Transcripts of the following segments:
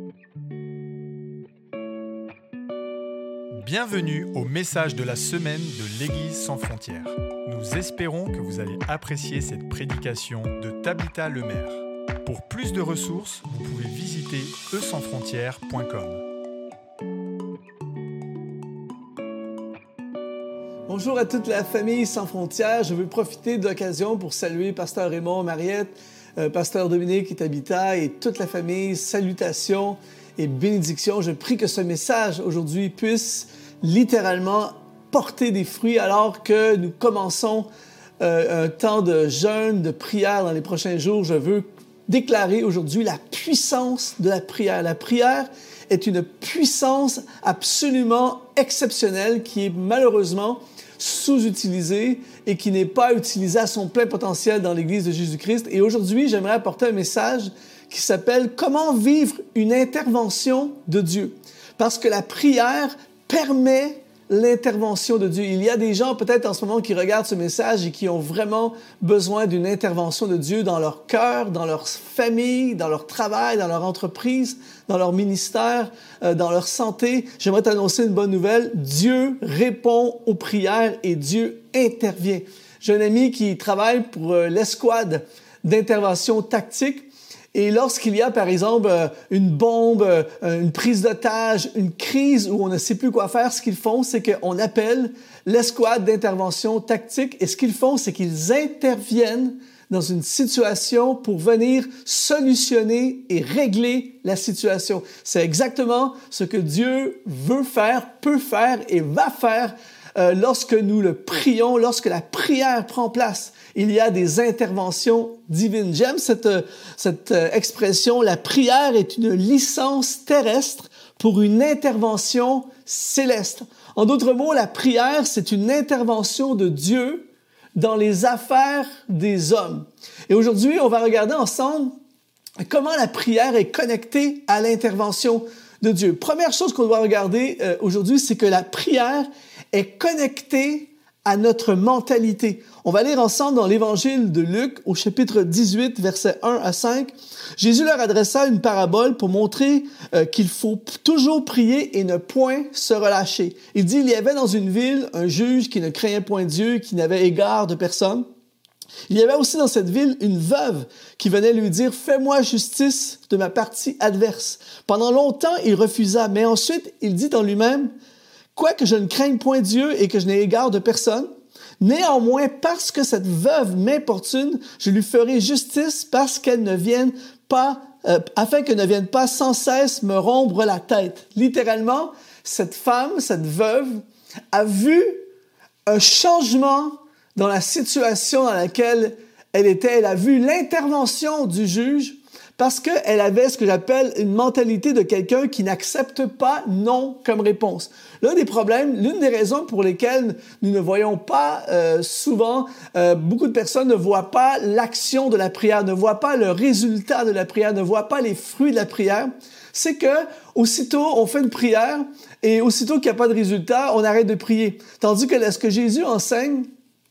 Bienvenue au message de la semaine de l'Église sans frontières. Nous espérons que vous allez apprécier cette prédication de Tabitha Lemaire. Pour plus de ressources, vous pouvez visiter eusansfrontières.com. Bonjour à toute la famille sans frontières. Je veux profiter de l'occasion pour saluer Pasteur Raymond, Mariette, Pasteur Dominique et Tabitha et toute la famille. Salutations et bénédictions. Je prie que ce message aujourd'hui puisse littéralement porter des fruits alors que nous commençons un temps de jeûne, de prière dans les prochains jours. Je veux déclarer aujourd'hui la puissance de la prière. La prière est une puissance absolument exceptionnelle qui est malheureusement sous-utilisée et qui n'est pas utilisée à son plein potentiel dans l'Église de Jésus-Christ. Et aujourd'hui, j'aimerais apporter un message qui s'appelle « Comment vivre une intervention de Dieu ». Parce que la prière permet l'intervention de Dieu. Il y a des gens peut-être en ce moment qui regardent ce message et qui ont vraiment besoin d'une intervention de Dieu dans leur cœur, dans leur famille, dans leur travail, dans leur entreprise, dans leur ministère, dans leur santé. J'aimerais t'annoncer une bonne nouvelle. Dieu répond aux prières et Dieu intervient. J'ai un ami qui travaille pour l'escouade d'intervention tactique. Et lorsqu'il y a, par exemple, une bombe, une prise d'otage, une crise où on ne sait plus quoi faire, ce qu'ils font, c'est qu'on appelle l'escouade d'intervention tactique. Et ce qu'ils font, c'est qu'ils interviennent dans une situation pour venir solutionner et régler la situation. C'est exactement ce que Dieu veut faire, peut faire et va faire lorsque nous le prions, lorsque la prière prend place. Il y a des interventions divines. J'aime cette expression. La prière est une licence terrestre pour une intervention céleste. En d'autres mots, la prière, c'est une intervention de Dieu dans les affaires des hommes. Et aujourd'hui, on va regarder ensemble comment la prière est connectée à l'intervention de Dieu. Première chose qu'on doit regarder aujourd'hui, c'est que la prière est connectée à notre mentalité. On va lire ensemble dans l'Évangile de Luc, au chapitre 18, versets 1 à 5. Jésus leur adressa une parabole pour montrer qu'il faut toujours prier et ne point se relâcher. Il dit, il y avait dans une ville un juge qui ne craignait point Dieu, qui n'avait égard de personne. Il y avait aussi dans cette ville une veuve qui venait lui dire « Fais-moi justice de ma partie adverse ». Pendant longtemps, il refusa, mais ensuite, il dit en lui-même « Quoique je ne craigne point Dieu et que je n'ai égard de personne, néanmoins, parce que cette veuve m'importune, je lui ferai justice parce qu'elle ne vienne pas, afin qu'elle ne vienne pas sans cesse me rompre la tête. » Littéralement, cette femme, cette veuve, a vu un changement dans la situation dans laquelle elle était. Elle a vu l'intervention du juge parce qu'elle avait ce que j'appelle une mentalité de quelqu'un qui n'accepte pas non comme réponse. L'un des problèmes, l'une des raisons pour lesquelles nous ne voyons pas souvent, beaucoup de personnes ne voient pas l'action de la prière, ne voient pas le résultat de la prière, ne voient pas les fruits de la prière, c'est que aussitôt on fait une prière et aussitôt qu'il n'y a pas de résultat, on arrête de prier. Tandis que ce que Jésus enseigne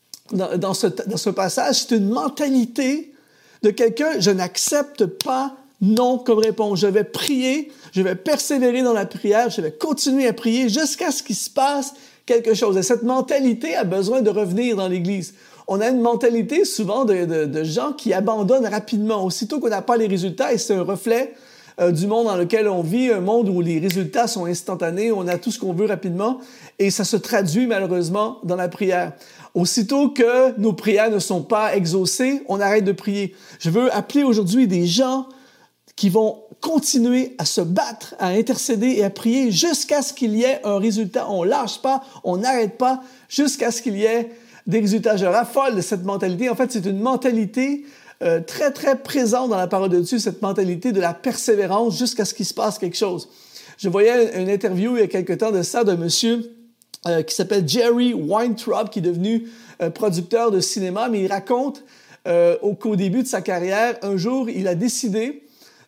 dans ce passage, c'est une mentalité de quelqu'un, je n'accepte pas non comme réponse. Je vais prier, je vais persévérer dans la prière, je vais continuer à prier jusqu'à ce qu'il se passe quelque chose. Et cette mentalité a besoin de revenir dans l'Église. On a une mentalité souvent de gens qui abandonnent rapidement, aussitôt qu'on n'a pas les résultats, et c'est un reflet du monde dans lequel on vit, un monde où les résultats sont instantanés, on a tout ce qu'on veut rapidement, et ça se traduit malheureusement dans la prière. Aussitôt que nos prières ne sont pas exaucées, on arrête de prier. Je veux appeler aujourd'hui des gens qui vont continuer à se battre, à intercéder et à prier jusqu'à ce qu'il y ait un résultat. On ne lâche pas, on n'arrête pas jusqu'à ce qu'il y ait des résultats. Je raffole de cette mentalité. En fait, c'est une mentalité très, très présente dans la parole de Dieu, cette mentalité de la persévérance jusqu'à ce qu'il se passe quelque chose. Je voyais une interview il y a quelque temps de ça d'un monsieur qui s'appelle Jerry Weintraub, qui est devenu producteur de cinéma, mais il raconte qu'au début de sa carrière, un jour, il a décidé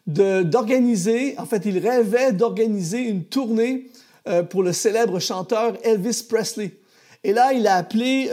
d'organiser, en fait, il rêvait d'organiser une tournée pour le célèbre chanteur Elvis Presley. Et là, il a appelé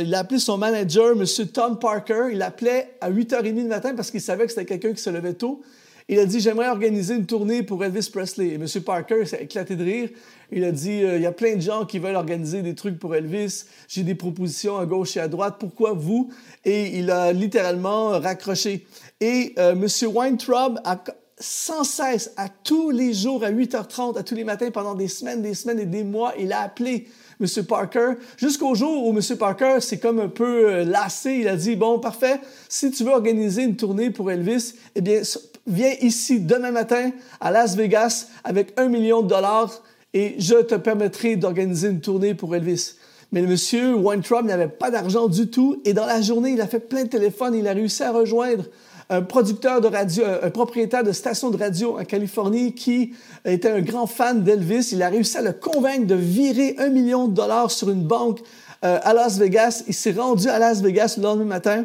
son manager, M. Tom Parker. Il l'appelait à 8h30 le matin parce qu'il savait que c'était quelqu'un qui se levait tôt. Il a dit, j'aimerais organiser une tournée pour Elvis Presley. Et M. Parker s'est éclaté de rire. Il a dit, il y a plein de gens qui veulent organiser des trucs pour Elvis. J'ai des propositions à gauche et à droite. Pourquoi vous? Et il a littéralement raccroché. Et M. Weintraub a sans cesse, à tous les jours, à 8h30, à tous les matins, pendant des semaines et des mois, il a appelé M. Parker, jusqu'au jour où M. Parker s'est comme un peu lassé. Il a dit, bon, parfait, si tu veux organiser une tournée pour Elvis, eh bien, viens ici demain matin à Las Vegas avec $1 million et je te permettrai d'organiser une tournée pour Elvis. Mais le monsieur Weintraub n'avait pas d'argent du tout et dans la journée, il a fait plein de téléphones. Il a réussi à rejoindre un producteur de radio, un propriétaire de station de radio en Californie qui était un grand fan d'Elvis. Il a réussi à le convaincre de virer $1 million sur une banque à Las Vegas. Il s'est rendu à Las Vegas le lendemain matin.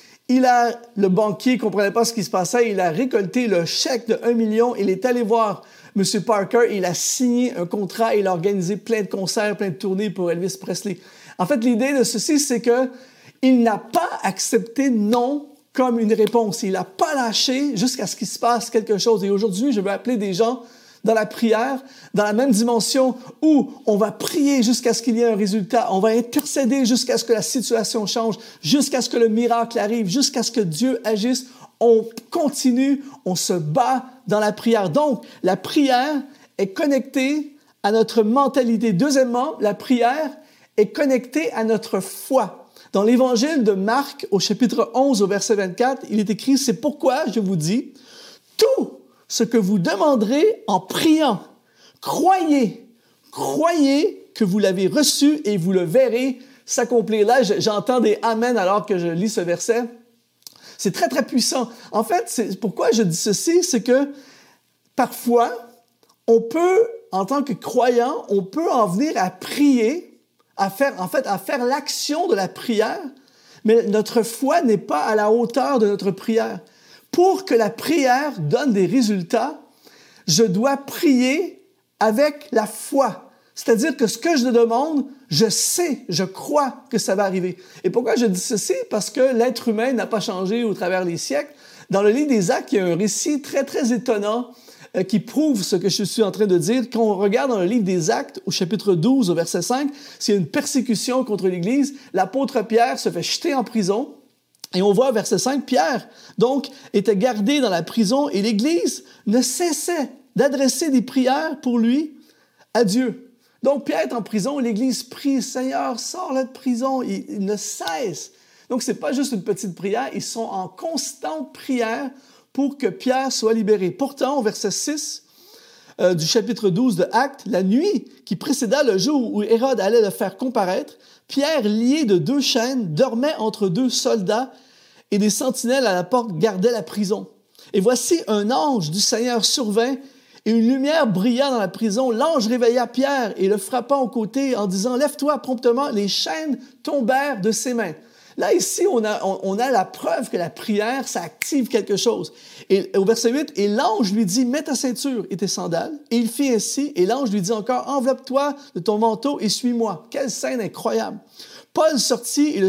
Le banquier ne comprenait pas ce qui se passait. Il a récolté le chèque de $1 million. Il est allé voir M. Parker. Il a signé un contrat. Il a organisé plein de concerts, plein de tournées pour Elvis Presley. En fait, l'idée de ceci, c'est qu'il n'a pas accepté non comme une réponse. Il n'a pas lâché jusqu'à ce qu'il se passe quelque chose. Et aujourd'hui, je veux appeler des gens dans la prière, dans la même dimension où on va prier jusqu'à ce qu'il y ait un résultat. On va intercéder jusqu'à ce que la situation change, jusqu'à ce que le miracle arrive, jusqu'à ce que Dieu agisse. On continue, on se bat dans la prière. Donc, la prière est connectée à notre mentalité. Deuxièmement, la prière est connectée à notre foi. Dans l'Évangile de Marc, au chapitre 11, au verset 24, il est écrit « C'est pourquoi je vous dis, tout ce que vous demanderez en priant, croyez que vous l'avez reçu et vous le verrez s'accomplir. » Là, j'entends des « Amen » alors que je lis ce verset. C'est très, très puissant. En fait, c'est pourquoi je dis ceci, c'est que parfois, on peut, en tant que croyant, on peut en venir à prier, à faire l'action de la prière, mais notre foi n'est pas à la hauteur de notre prière. Pour que la prière donne des résultats, je dois prier avec la foi. C'est-à-dire que ce que je demande, je sais, je crois que ça va arriver. Et pourquoi je dis ceci? Parce que l'être humain n'a pas changé au travers des siècles. Dans le livre des Actes, il y a un récit très, très étonnant qui prouve ce que je suis en train de dire. Quand on regarde dans le livre des Actes, au chapitre 12, au verset 5, s'il y a une persécution contre l'Église, l'apôtre Pierre se fait jeter en prison. Et on voit, verset 5, Pierre, donc, était gardé dans la prison et l'Église ne cessait d'adresser des prières pour lui à Dieu. Donc, Pierre est en prison, l'Église prie, « Seigneur, sors-le de prison ». Il ne cesse. Donc, ce n'est pas juste une petite prière, ils sont en constante prière pour que Pierre soit libéré. Pourtant, au verset 6 du chapitre 12 de Actes, la nuit qui précéda le jour où Hérode allait le faire comparaître, Pierre, lié de 2 chaînes, dormait entre 2 soldats et des sentinelles à la porte gardaient la prison. Et voici un ange du Seigneur survint et une lumière brilla dans la prison. L'ange réveilla Pierre et le frappant au côté en disant « Lève-toi promptement ». Les chaînes tombèrent de ses mains. Là, ici, on a la preuve que la prière, ça active quelque chose. Et au verset 8, « Et l'ange lui dit, mets ta ceinture et tes sandales. Et il fit ainsi. Et l'ange lui dit encore, enveloppe-toi de ton manteau et suis-moi. » Quelle scène incroyable! Pierre sortit et le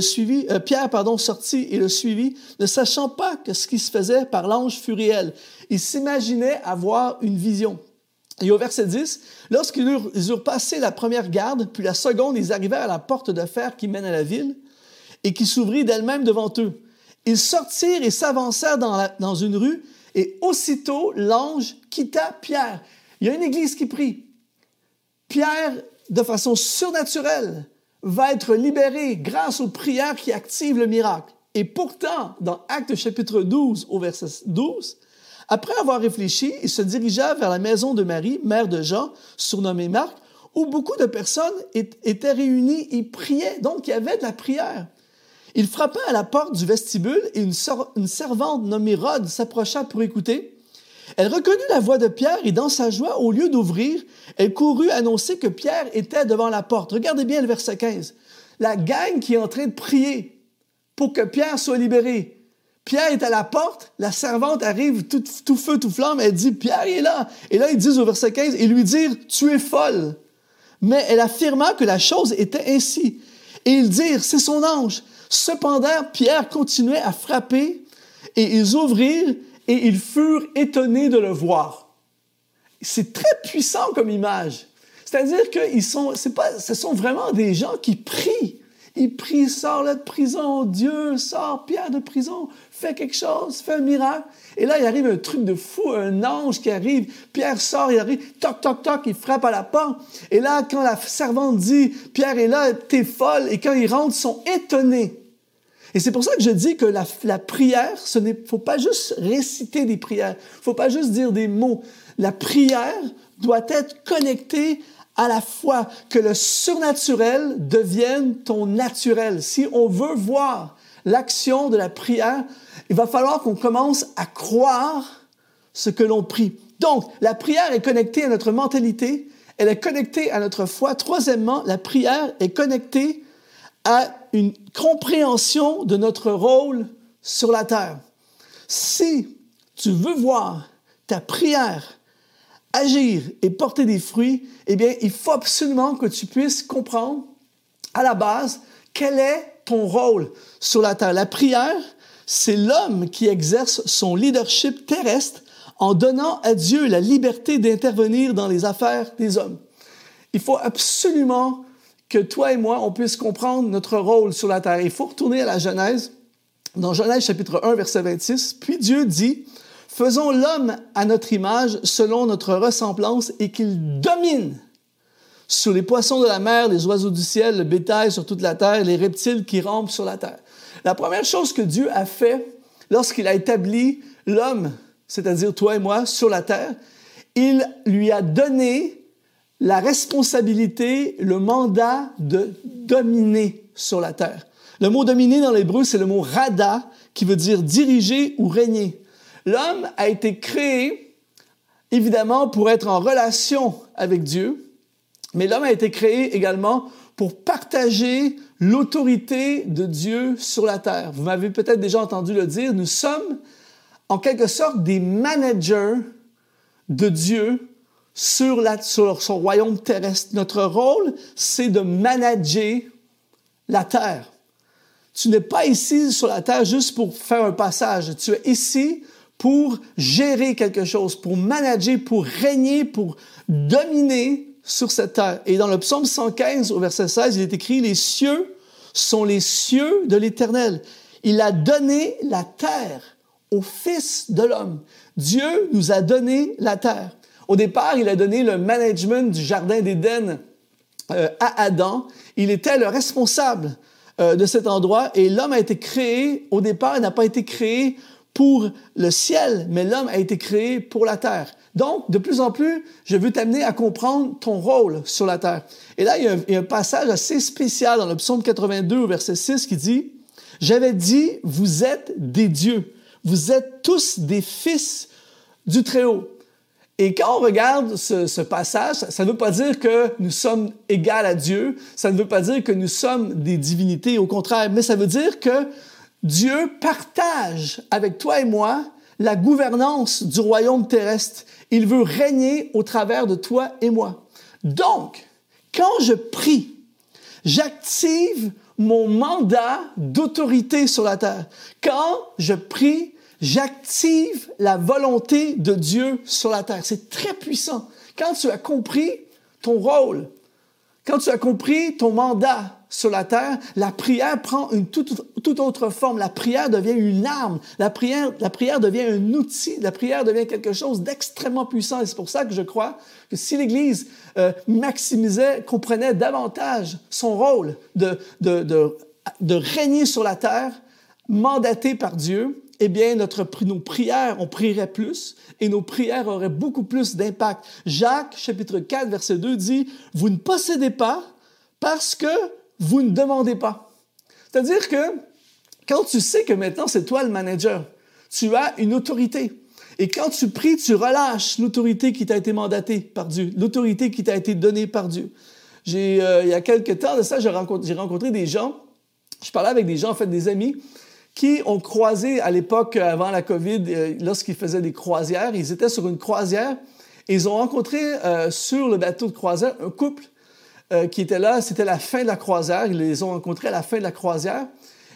suivit, ne sachant pas que ce qui se faisait par l'ange fut réel. Il s'imaginait avoir une vision. Et au verset 10, lorsqu'ils eurent passé la première garde, puis la seconde, ils arrivèrent à la porte de fer qui mène à la ville, et qui s'ouvrit d'elle-même devant eux. Ils sortirent et s'avancèrent dans une rue, et aussitôt l'ange quitta Pierre. Il y a une église qui prie. Pierre, de façon surnaturelle, va être libéré grâce aux prières qui activent le miracle. Et pourtant, dans Actes chapitre 12, au verset 12, après avoir réfléchi, il se dirigea vers la maison de Marie, mère de Jean, surnommée Marc, où beaucoup de personnes étaient réunies et priaient. Donc, il y avait de la prière. Il frappa à la porte du vestibule et une servante nommée Rhode s'approcha pour écouter. Elle reconnut la voix de Pierre et dans sa joie, au lieu d'ouvrir, elle courut annoncer que Pierre était devant la porte. Regardez bien le verset 15. La gang qui est en train de prier pour que Pierre soit libéré. Pierre est à la porte, la servante arrive tout feu, tout flamme, elle dit « Pierre est là ». Et là, ils disent au verset 15, et lui dirent « Tu es folle ». Mais elle affirma que la chose était ainsi. Et ils dirent « C'est son ange ». Cependant, Pierre continuait à frapper et ils ouvrirent et ils furent étonnés de le voir. C'est très puissant comme image. C'est-à-dire que ce sont vraiment des gens qui prient. Ils prient, sors-le de prison, Dieu, sors Pierre de prison, fais quelque chose, fais un miracle. Et là, il arrive un truc de fou, un ange qui arrive, Pierre sort, il arrive, toc, toc, toc, il frappe à la porte. Et là, quand la servante dit, Pierre est là, t'es folle, et quand ils rentrent, ils sont étonnés. Et c'est pour ça que je dis que la prière, faut pas juste réciter des prières, faut pas juste dire des mots. La prière doit être connectée à la foi, que le surnaturel devienne ton naturel. Si on veut voir l'action de la prière, il va falloir qu'on commence à croire ce que l'on prie. Donc, la prière est connectée à notre mentalité, elle est connectée à notre foi. Troisièmement, la prière est connectée à une compréhension de notre rôle sur la terre. Si tu veux voir ta prière agir et porter des fruits, eh bien, il faut absolument que tu puisses comprendre, à la base, quel est ton rôle sur la terre. La prière, c'est l'homme qui exerce son leadership terrestre en donnant à Dieu la liberté d'intervenir dans les affaires des hommes. Il faut absolument que toi et moi, on puisse comprendre notre rôle sur la terre. Il faut retourner à la Genèse, dans Genèse chapitre 1, verset 26. Puis Dieu dit, « Faisons l'homme à notre image, selon notre ressemblance, et qu'il domine sur les poissons de la mer, les oiseaux du ciel, le bétail sur toute la terre, les reptiles qui rampent sur la terre. » La première chose que Dieu a fait lorsqu'il a établi l'homme, c'est-à-dire toi et moi, sur la terre, il lui a donné la responsabilité, le mandat de dominer sur la terre. Le mot « dominer » dans l'hébreu, c'est le mot « rada » qui veut dire « diriger » ou « régner ». L'homme a été créé, évidemment, pour être en relation avec Dieu, mais l'homme a été créé également pour partager l'autorité de Dieu sur la terre. Vous m'avez peut-être déjà entendu le dire, nous sommes en quelque sorte des managers de Dieu sur son royaume terrestre. Notre rôle, c'est de manager la terre. Tu n'es pas ici sur la terre juste pour faire un passage. Tu es ici pour gérer quelque chose, pour manager, pour régner, pour dominer sur cette terre. Et dans le psaume 115, au verset 16, il est écrit « Les cieux sont les cieux de l'Éternel. Il a donné la terre au Fils de l'homme. » Dieu nous a donné la terre. Au départ, il a donné le management du Jardin d'Éden à Adam. Il était le responsable de cet endroit et l'homme a été créé, au départ, il n'a pas été créé pour le ciel, mais l'homme a été créé pour la terre. Donc, de plus en plus, je veux t'amener à comprendre ton rôle sur la terre. Et là, il y a un passage assez spécial dans le psaume 82, au verset 6, qui dit « J'avais dit, vous êtes des dieux, vous êtes tous des fils du Très-Haut. » Et quand on regarde ce passage, ça ne veut pas dire que nous sommes égaux à Dieu, ça ne veut pas dire que nous sommes des divinités, au contraire, mais ça veut dire que Dieu partage avec toi et moi la gouvernance du royaume terrestre. Il veut régner au travers de toi et moi. Donc, quand je prie, j'active mon mandat d'autorité sur la terre. Quand je prie, j'active la volonté de Dieu sur la terre. C'est très puissant. Quand tu as compris ton rôle, quand tu as compris ton mandat sur la terre, la prière prend une toute autre forme. La prière devient une arme. La prière devient un outil. La prière devient quelque chose d'extrêmement puissant. Et c'est pour ça que je crois que si l'Église comprenait davantage son rôle de régner sur la terre, mandaté par Dieu, eh bien, nos prières, on prierait plus et nos prières auraient beaucoup plus d'impact. Jacques, chapitre 4, verset 2 dit « Vous ne possédez pas parce que vous ne demandez pas. » C'est-à-dire que quand tu sais que maintenant c'est toi le manager, tu as une autorité. Et quand tu pries, tu relâches l'autorité qui t'a été mandatée par Dieu, l'autorité qui t'a été donnée par Dieu. Il y a quelques temps de ça, j'ai rencontré des gens, je parlais avec des gens, en fait des amis, qui ont croisé à l'époque, avant la COVID, lorsqu'ils faisaient des croisières. Ils étaient sur une croisière et ils ont rencontré sur le bateau de croisière un couple qui était là. C'était la fin de la croisière. Ils les ont rencontrés à la fin de la croisière.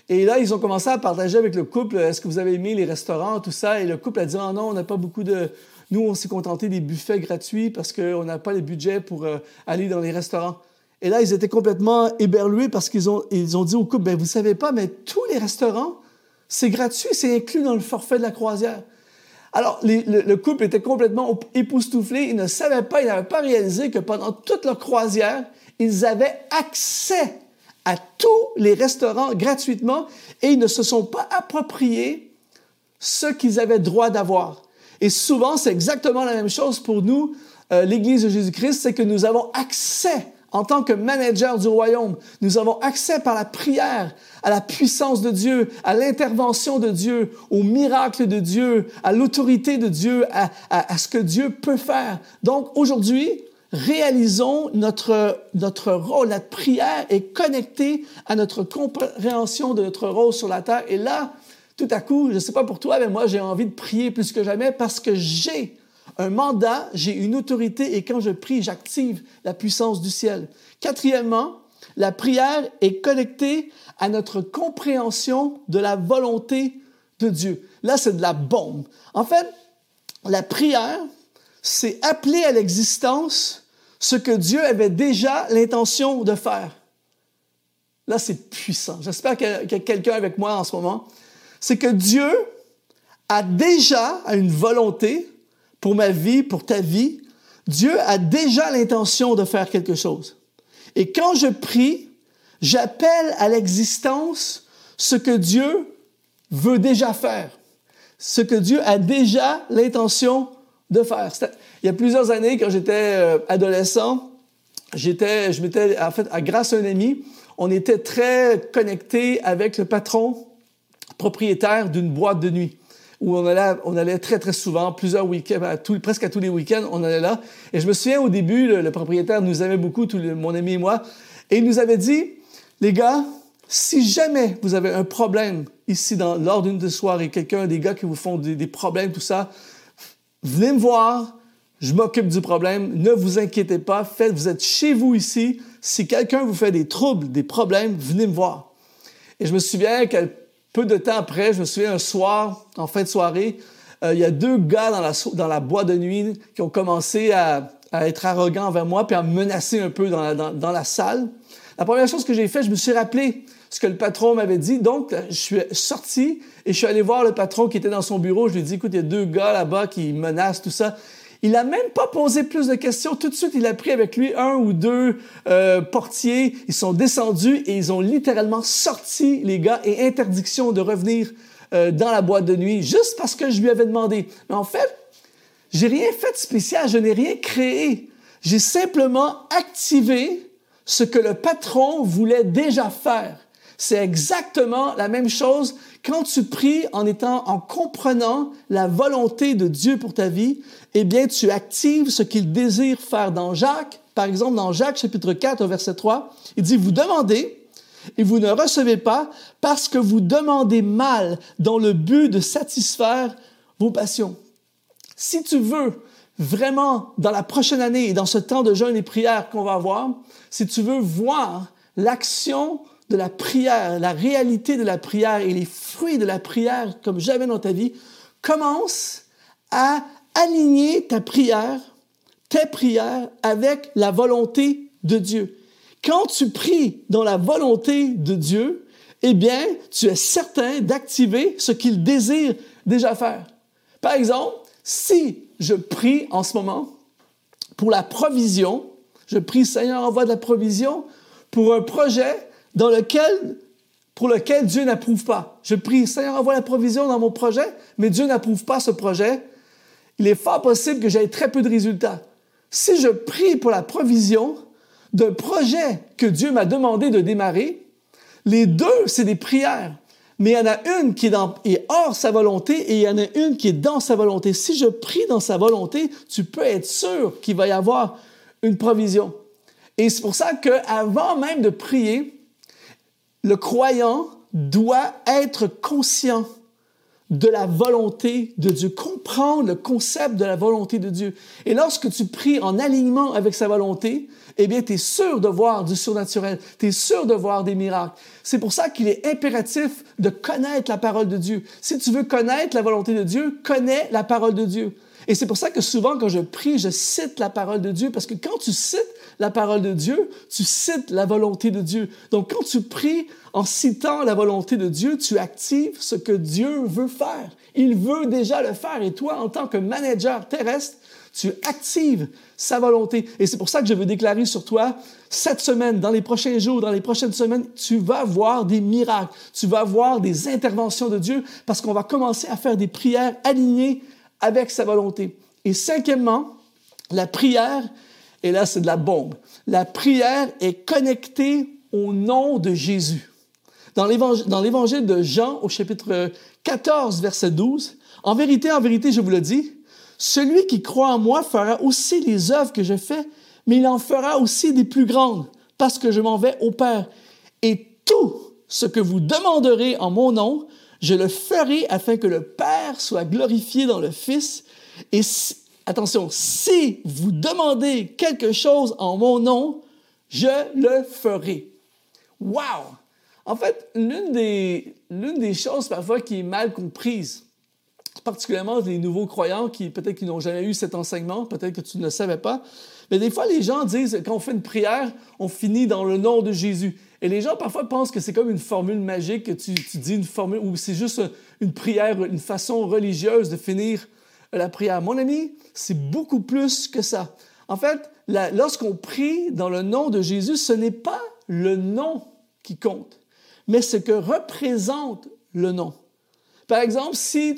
Et là, ils ont commencé à partager avec le couple, est-ce que vous avez aimé les restaurants, tout ça? Et le couple a dit, ah non, on n'a pas beaucoup de... Nous, on s'est contenté des buffets gratuits parce qu'on n'a pas le budget pour aller dans les restaurants. Et là, ils étaient complètement éberlués parce qu'ils ont dit au couple, vous ne savez pas, mais tous les restaurants, c'est gratuit, c'est inclus dans le forfait de la croisière. Alors, le couple était complètement époustouflé. Ils ne savaient pas, ils n'avaient pas réalisé que pendant toute leur croisière, ils avaient accès à tous les restaurants gratuitement et ils ne se sont pas appropriés ce qu'ils avaient droit d'avoir. Et souvent, c'est exactement la même chose pour nous, l'Église de Jésus-Christ, c'est que nous avons accès en tant que manager du royaume. Nous avons accès par la prière à la puissance de Dieu, à l'intervention de Dieu, au miracle de Dieu, à l'autorité de Dieu, à ce que Dieu peut faire. Donc, aujourd'hui, réalisons notre rôle. Notre prière est connectée à notre compréhension de notre rôle sur la terre. Et là, tout à coup, je ne sais pas pour toi, mais moi, j'ai envie de prier plus que jamais parce que j'ai un mandat, j'ai une autorité et quand je prie, j'active la puissance du ciel. Quatrièmement, la prière est connectée à notre compréhension de la volonté de Dieu. Là, c'est de la bombe. En fait, la prière, c'est appeler à l'existence ce que Dieu avait déjà l'intention de faire. Là, c'est puissant. J'espère qu'il y a quelqu'un avec moi en ce moment. C'est que Dieu a déjà une volonté pour ma vie, pour ta vie. Dieu a déjà l'intention de faire quelque chose. Et quand je prie, j'appelle à l'existence ce que Dieu veut déjà faire, ce que Dieu a déjà l'intention de faire. Il y a plusieurs années, quand j'étais adolescent, grâce à un ami, on était très connectés avec le patron propriétaire d'une boîte de nuit où on allait très, très souvent, plusieurs week-ends, presque à tous les week-ends, on allait là. Et je me souviens, au début, le propriétaire nous aimait beaucoup, mon ami et moi, et il nous avait dit, les gars, si jamais vous avez un problème ici lors d'une des soirées, des gars qui vous font des problèmes, tout ça, venez me voir, je m'occupe du problème, ne vous inquiétez pas, vous êtes chez vous ici, si quelqu'un vous fait des troubles, des problèmes, venez me voir. Et je me souviens peu de temps après, je me souviens un soir, en fin de soirée, il y a deux gars dans la boîte de nuit qui ont commencé à être arrogants envers moi puis à me menacer un peu dans la salle. La première chose que j'ai fait, je me suis rappelé ce que le patron m'avait dit. Donc, je suis sorti et je suis allé voir le patron qui était dans son bureau. Je lui ai dit, écoute, il y a deux gars là-bas qui menacent, tout ça. Il n'a même pas posé plus de questions. Tout de suite, il a pris avec lui un ou deux portiers. Ils sont descendus et ils ont littéralement sorti les gars et interdiction de revenir dans la boîte de nuit juste parce que je lui avais demandé. Mais en fait, j'ai rien fait de spécial. Je n'ai rien créé. J'ai simplement activé ce que le patron voulait déjà faire. C'est exactement la même chose quand tu pries en comprenant la volonté de Dieu pour ta vie. Eh bien, tu actives ce qu'il désire faire. Dans Jacques, par exemple, dans Jacques, chapitre 4, verset 3, il dit, vous demandez et vous ne recevez pas parce que vous demandez mal dans le but de satisfaire vos passions. Si tu veux vraiment, dans la prochaine année et dans ce temps de jeûne et prière qu'on va avoir, si tu veux voir l'action de la prière, la réalité de la prière et les fruits de la prière comme jamais dans ta vie, commence à aligner tes prières avec la volonté de Dieu. Quand tu pries dans la volonté de Dieu, eh bien, tu es certain d'activer ce qu'il désire déjà faire. Par exemple, si je prie en ce moment pour la provision, je prie, Seigneur, envoie de la provision pour un projet pour lequel Dieu n'approuve pas. Je prie, Seigneur, envoie la provision dans mon projet, mais Dieu n'approuve pas ce projet. Il est fort possible que j'aie très peu de résultats. Si je prie pour la provision d'un projet que Dieu m'a demandé de démarrer, les deux, c'est des prières. Mais il y en a une qui est hors sa volonté et il y en a une qui est dans sa volonté. Si je prie dans sa volonté, tu peux être sûr qu'il va y avoir une provision. Et c'est pour ça qu'avant même de prier, le croyant doit être conscient de la volonté de Dieu, comprendre le concept de la volonté de Dieu. Et lorsque tu pries en alignement avec sa volonté, eh bien, tu es sûr de voir du surnaturel, tu es sûr de voir des miracles. C'est pour ça qu'il est impératif de connaître la parole de Dieu. Si tu veux connaître la volonté de Dieu, connais la parole de Dieu. Et c'est pour ça que souvent, quand je prie, je cite la parole de Dieu, parce que quand tu cites la parole de Dieu, tu cites la volonté de Dieu. Donc, quand tu pries en citant la volonté de Dieu, tu actives ce que Dieu veut faire. Il veut déjà le faire. Et toi, en tant que manager terrestre, tu actives sa volonté. Et c'est pour ça que je veux déclarer sur toi, cette semaine, dans les prochains jours, dans les prochaines semaines, tu vas voir des miracles. Tu vas voir des interventions de Dieu, parce qu'on va commencer à faire des prières alignées avec sa volonté. Et cinquièmement, la prière, et là c'est de la bombe, la prière est connectée au nom de Jésus. Dans l'évangile de Jean, au chapitre 14, verset 12, « En vérité, je vous le dis, celui qui croit en moi fera aussi les œuvres que je fais, mais il en fera aussi des plus grandes, parce que je m'en vais au Père. Et tout ce que vous demanderez en mon nom, je le ferai afin que le Père soit glorifié dans le Fils. Et attention, si vous demandez quelque chose en mon nom, je le ferai. » Wow! En fait, l'une des choses parfois qui est mal comprise, particulièrement les nouveaux croyants qui peut-être qui n'ont jamais eu cet enseignement, peut-être que tu ne le savais pas, mais des fois les gens disent, quand on fait une prière, on finit dans le nom de Jésus. Et les gens parfois pensent que c'est comme une formule magique, que tu dis une formule, ou c'est juste une prière, une façon religieuse de finir la prière. Mon ami, c'est beaucoup plus que ça. En fait, lorsqu'on prie dans le nom de Jésus, ce n'est pas le nom qui compte, mais ce que représente le nom. Par exemple, si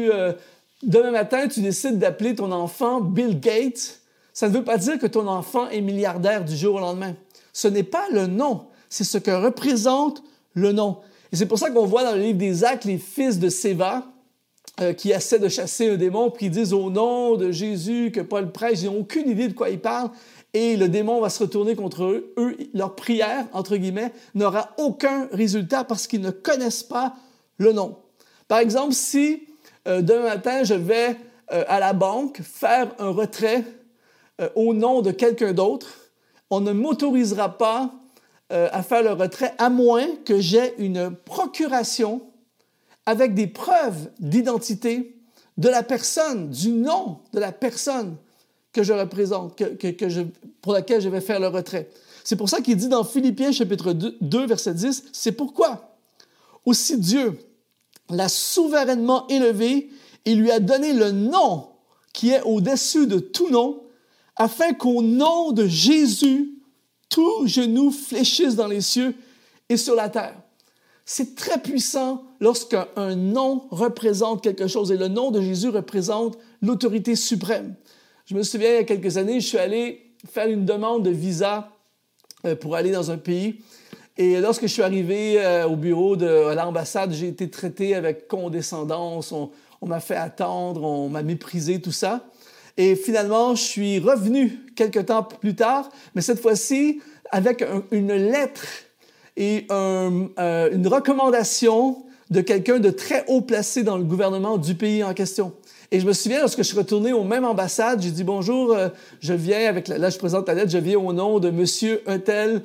demain matin, tu décides d'appeler ton enfant Bill Gates, ça ne veut pas dire que ton enfant est milliardaire du jour au lendemain. Ce n'est pas le nom, c'est ce que représente le nom. Et c'est pour ça qu'on voit dans le livre des Actes les fils de Séva qui essaient de chasser un démon, puis qui disent au nom de Jésus que Paul prêche, ils n'ont aucune idée de quoi ils parlent, et le démon va se retourner contre eux. Leur prière, entre guillemets, n'aura aucun résultat parce qu'ils ne connaissent pas le nom. Par exemple, si demain matin, je vais à la banque faire un retrait au nom de quelqu'un d'autre, on ne m'autorisera pas à faire le retrait à moins que j'aie une procuration avec des preuves d'identité de la personne, du nom de la personne que je représente, pour laquelle je vais faire le retrait. C'est pour ça qu'il dit dans Philippiens chapitre 2, verset 10, « C'est pourquoi aussi Dieu l'a souverainement élevé et lui a donné le nom qui est au-dessus de tout nom, afin qu'au nom de Jésus, tout genou fléchisse dans les cieux et sur la terre. » C'est très puissant lorsqu'un nom représente quelque chose, et le nom de Jésus représente l'autorité suprême. Je me souviens, il y a quelques années, je suis allé faire une demande de visa pour aller dans un pays. Et lorsque je suis arrivé au bureau de l'ambassade, j'ai été traité avec condescendance. On m'a fait attendre, on m'a méprisé, tout ça. Et finalement, je suis revenu quelques temps plus tard, mais cette fois-ci avec une lettre et une recommandation de quelqu'un de très haut placé dans le gouvernement du pays en question. Et je me souviens, lorsque je suis retourné aux mêmes ambassades, j'ai dit « Bonjour, je viens avec... » Là, je présente la lettre, je viens au nom de Monsieur un tel.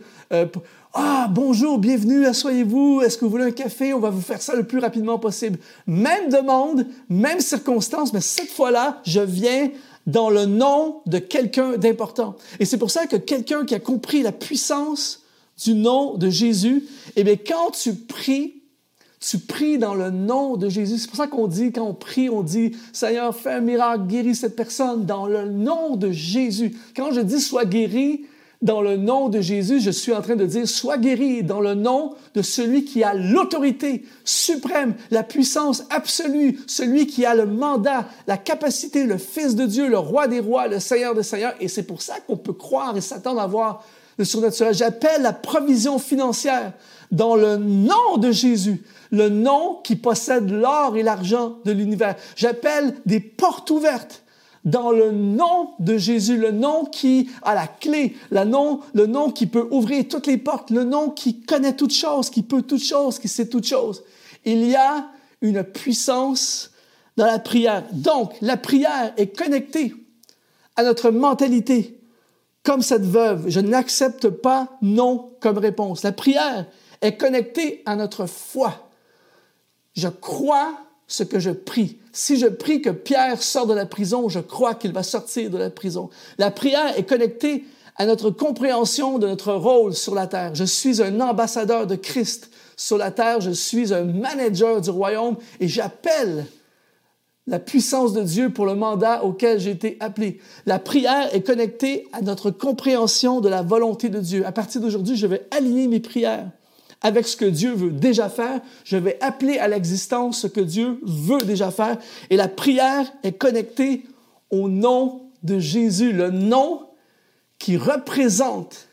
« bonjour, bienvenue, asseyez-vous. Est-ce que vous voulez un café? On va vous faire ça le plus rapidement possible. » Même demande, même circonstance, mais cette fois-là, je viens dans le nom de quelqu'un d'important. Et c'est pour ça que quelqu'un qui a compris la puissance du nom de Jésus, eh bien, quand tu pries dans le nom de Jésus. C'est pour ça qu'on dit, quand on prie, on dit « Seigneur, fais un miracle, guéris cette personne dans le nom de Jésus. » Quand je dis « sois guéri » dans le nom de Jésus, je suis en train de dire « sois guéri dans le nom de celui qui a l'autorité suprême, la puissance absolue, celui qui a le mandat, la capacité, le Fils de Dieu, le Roi des rois, le Seigneur des seigneurs. » Et c'est pour ça qu'on peut croire et s'attendre à voir le surnaturel. J'appelle la provision financière dans le nom de Jésus, le nom qui possède l'or et l'argent de l'univers. J'appelle des portes ouvertes dans le nom de Jésus, le nom qui a la clé, le nom qui peut ouvrir toutes les portes, le nom qui connaît toutes choses, qui peut toutes choses, qui sait toutes choses. Il y a une puissance dans la prière. Donc, la prière est connectée à notre mentalité. Comme cette veuve, je n'accepte pas non comme réponse. La prière est connectée à notre foi. Je crois ce que je prie. Si je prie que Pierre sort de la prison, je crois qu'il va sortir de la prison. La prière est connectée à notre compréhension de notre rôle sur la terre. Je suis un ambassadeur de Christ sur la terre. Je suis un manager du royaume et j'appelle la puissance de Dieu pour le mandat auquel j'ai été appelé. La prière est connectée à notre compréhension de la volonté de Dieu. À partir d'aujourd'hui, je vais aligner mes prières avec ce que Dieu veut déjà faire. Je vais appeler à l'existence ce que Dieu veut déjà faire. Et la prière est connectée au nom de Jésus, le nom qui représente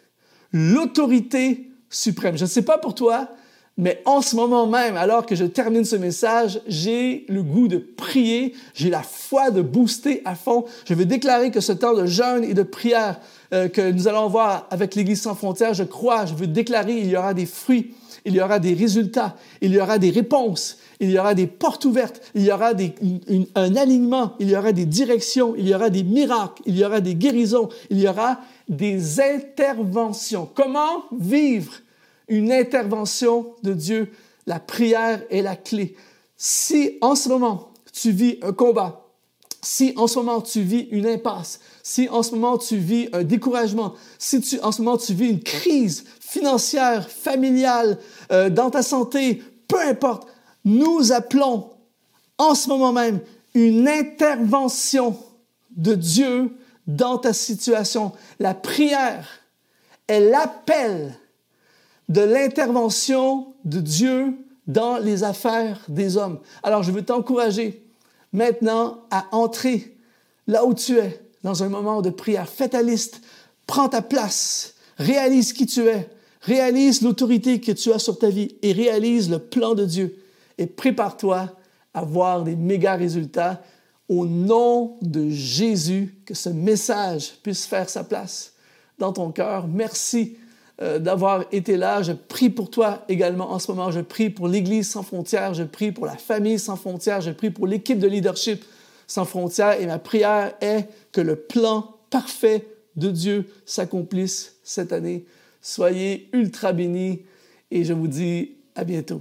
l'autorité suprême. Je ne sais pas pour toi, mais en ce moment même, alors que je termine ce message, j'ai le goût de prier, j'ai la foi de booster à fond. Je vais déclarer que ce temps de jeûne et de prière que nous allons avoir avec l'Église sans frontières, je crois, je veux déclarer, il y aura des fruits, il y aura des résultats, il y aura des réponses, il y aura des portes ouvertes, il y aura un alignement, il y aura des directions, il y aura des miracles, il y aura des guérisons, il y aura des interventions. Comment vivre une intervention de Dieu? La prière est la clé. Si en ce moment tu vis un combat, si en ce moment tu vis une impasse, si en ce moment tu vis un découragement, si en ce moment tu vis une crise financière, familiale, dans ta santé, peu importe, nous appelons en ce moment même une intervention de Dieu dans ta situation. La prière est l'appel de l'intervention de Dieu dans les affaires des hommes. Alors, je veux t'encourager maintenant à entrer là où tu es, dans un moment de prière. Fais ta liste, prends ta place, réalise qui tu es, réalise l'autorité que tu as sur ta vie et réalise le plan de Dieu. Et prépare-toi à voir des méga résultats. Au nom de Jésus, que ce message puisse faire sa place dans ton cœur. Merci d'avoir été là. Je prie pour toi également en ce moment. Je prie pour l'Église sans frontières. Je prie pour la famille sans frontières. Je prie pour l'équipe de leadership sans frontières. Et ma prière est que le plan parfait de Dieu s'accomplisse cette année. Soyez ultra bénis et je vous dis à bientôt.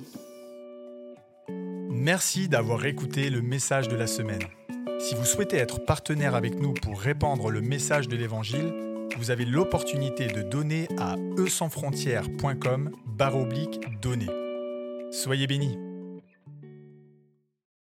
Merci d'avoir écouté le message de la semaine. Si vous souhaitez être partenaire avec nous pour répandre le message de l'Évangile, vous avez l'opportunité de donner à eusansfrontières.com/donner. Soyez bénis.